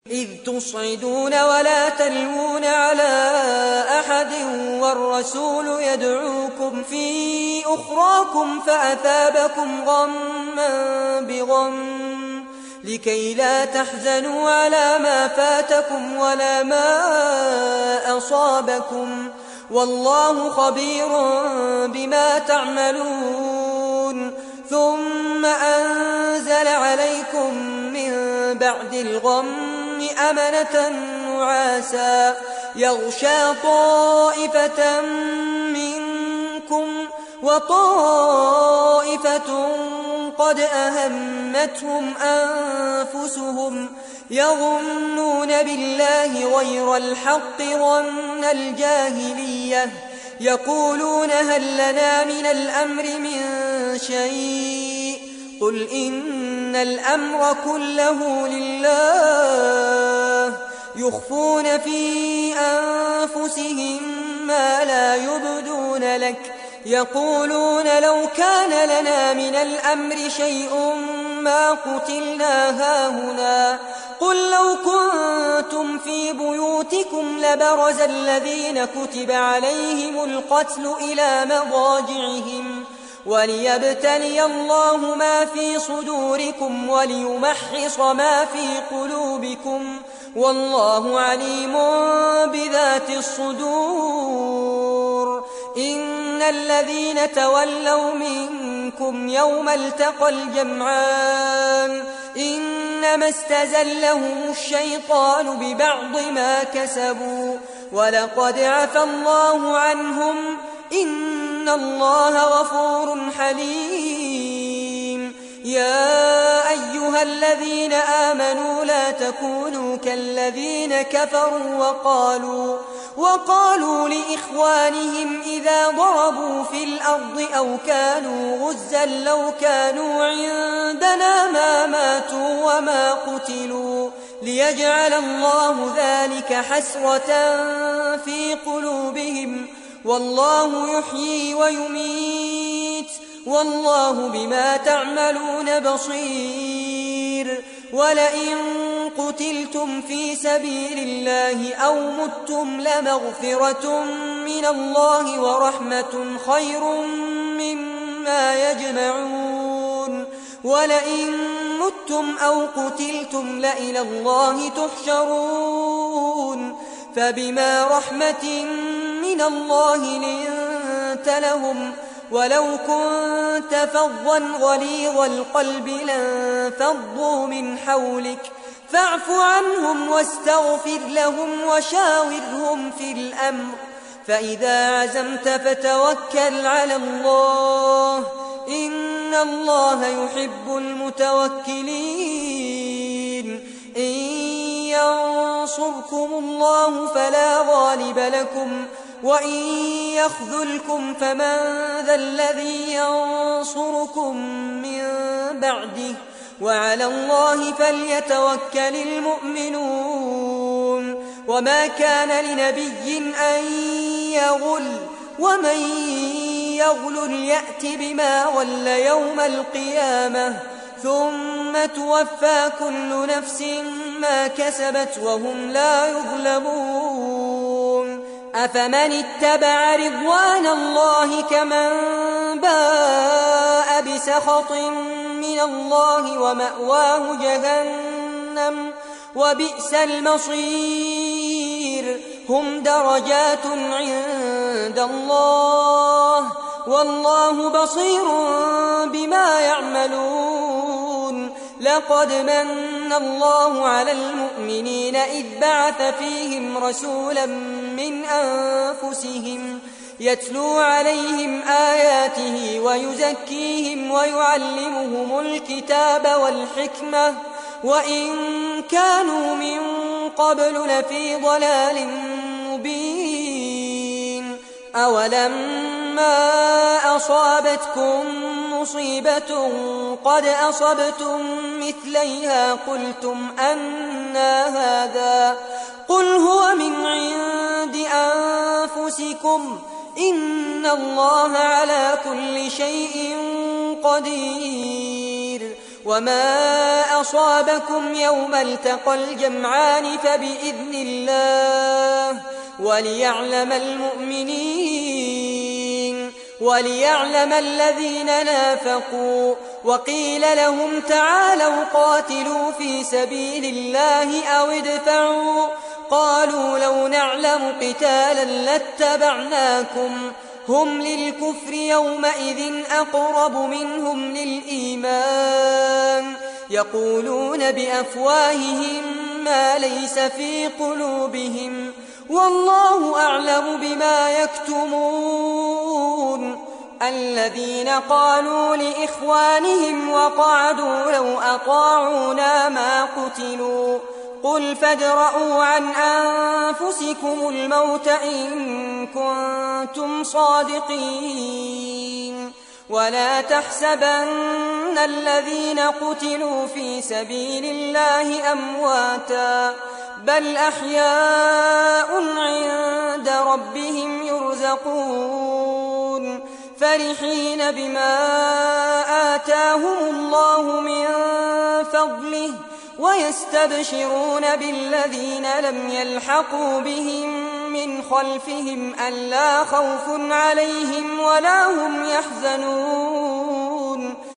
إذ تصعدون ولا تلوون على أحد والرسول يدعوكم في أخراكم فأثابكم غما بغم لكي لا تحزنوا على ما فاتكم ولا ما أصابكم والله خبير بما تعملون ثم أنزل عليكم من بعد الغم أمنة نعاسا يغشى طائفة منكم وطائفة قد أهمتهم أنفسهم يظنون بالله غير الحق ظن الجاهلية يقولون هل لنا من الأمر من شيء قل إن الأمر كله لله يخفون في أنفسهم ما لا يبدون لك يقولون لو كان لنا من الأمر شيء ما قتلنا هاهنا قل لو كنتم في بيوتكم لبرز الذين كتب عليهم القتل إلى مضاجعهم وليبتلي الله ما في صدوركم وليمحص ما في قلوبكم والله عليم بذات الصدور إن الذين تولوا منكم يوم التقى الجمعان إنما استزلهم الشيطان ببعض ما كسبوا ولقد عفى الله عنهم إن الله غفور حليم يا أيها الذين آمنوا لا تكونوا كالذين كفروا وقالوا لإخوانهم إذا ضربوا في الأرض أو كانوا غزا لو كانوا عندنا ما ماتوا وما قتلوا ليجعل الله ذلك حسرة في قلوبهم والله يحيي ويميت والله بما تعملون بصير ولئن قتلتم في سبيل الله أو متم لمغفرة من الله ورحمة خير مما يجمعون ولئن متم أو قتلتم لإلى الله تحشرون فبما رحمة من الله لنت لهم ولو كنت فظا غليظ القلب لانفضوا من حولك فاعف عنهم واستغفر لهم وشاورهم في الأمر فإذا عزمت فتوكل على الله إن الله يحب المتوكلين إن ينصركم الله فلا غالب لكم وإن يخذلكم فمن ذا الذي ينصركم من بعده وعلى الله فليتوكل المؤمنون وما كان لنبي أن يغل ومن يغل يأت بما غل يوم القيامة ثم توفى كل نفس ما كسبت وهم لا يظلمون أفمن اتبع رضوان الله كمن باء بسخط من الله ومأواه جهنم وبئس المصير هم درجات عند الله والله بصير بما يعملون لقد من الله على المؤمنين إذ بعث فيهم رسولا من أنفسهم يتلو عليهم آياته ويزكيهم ويعلمهم الكتاب والحكمة وإن كانوا من قبل لفي ضلال مبين أولما أصابتكم مصيبة قد أصبتم مثليها قلتم أنى هذا قل هو من عند أنفسكم إن الله على كل شيء قدير وما أصابكم يوم التقى الجمعان فبإذن الله وليعلم الذين نافقوا. وقيل لهم تعالوا قاتلوا في سبيل الله أو ادفعوا قالوا لو نعلم قتالا لاتبعناكم هم للكفر يومئذ أقرب منهم للإيمان يقولون بأفواههم ما ليس في قلوبهم والله أعلم بما يكتمون. الذين قالوا لإخوانهم وقعدوا لو أطاعونا ما قتلوا قل فادرءوا عن أنفسكم الموت إن كنتم صادقين ولا تحسبن الذين قتلوا في سبيل الله أمواتا بل أحياء عند ربهم يرزقون فرحين بما آتاهم الله من فضله ويستبشرون بالذين لم يلحقوا بهم من خلفهم ألا خوف عليهم ولا هم يحزنون.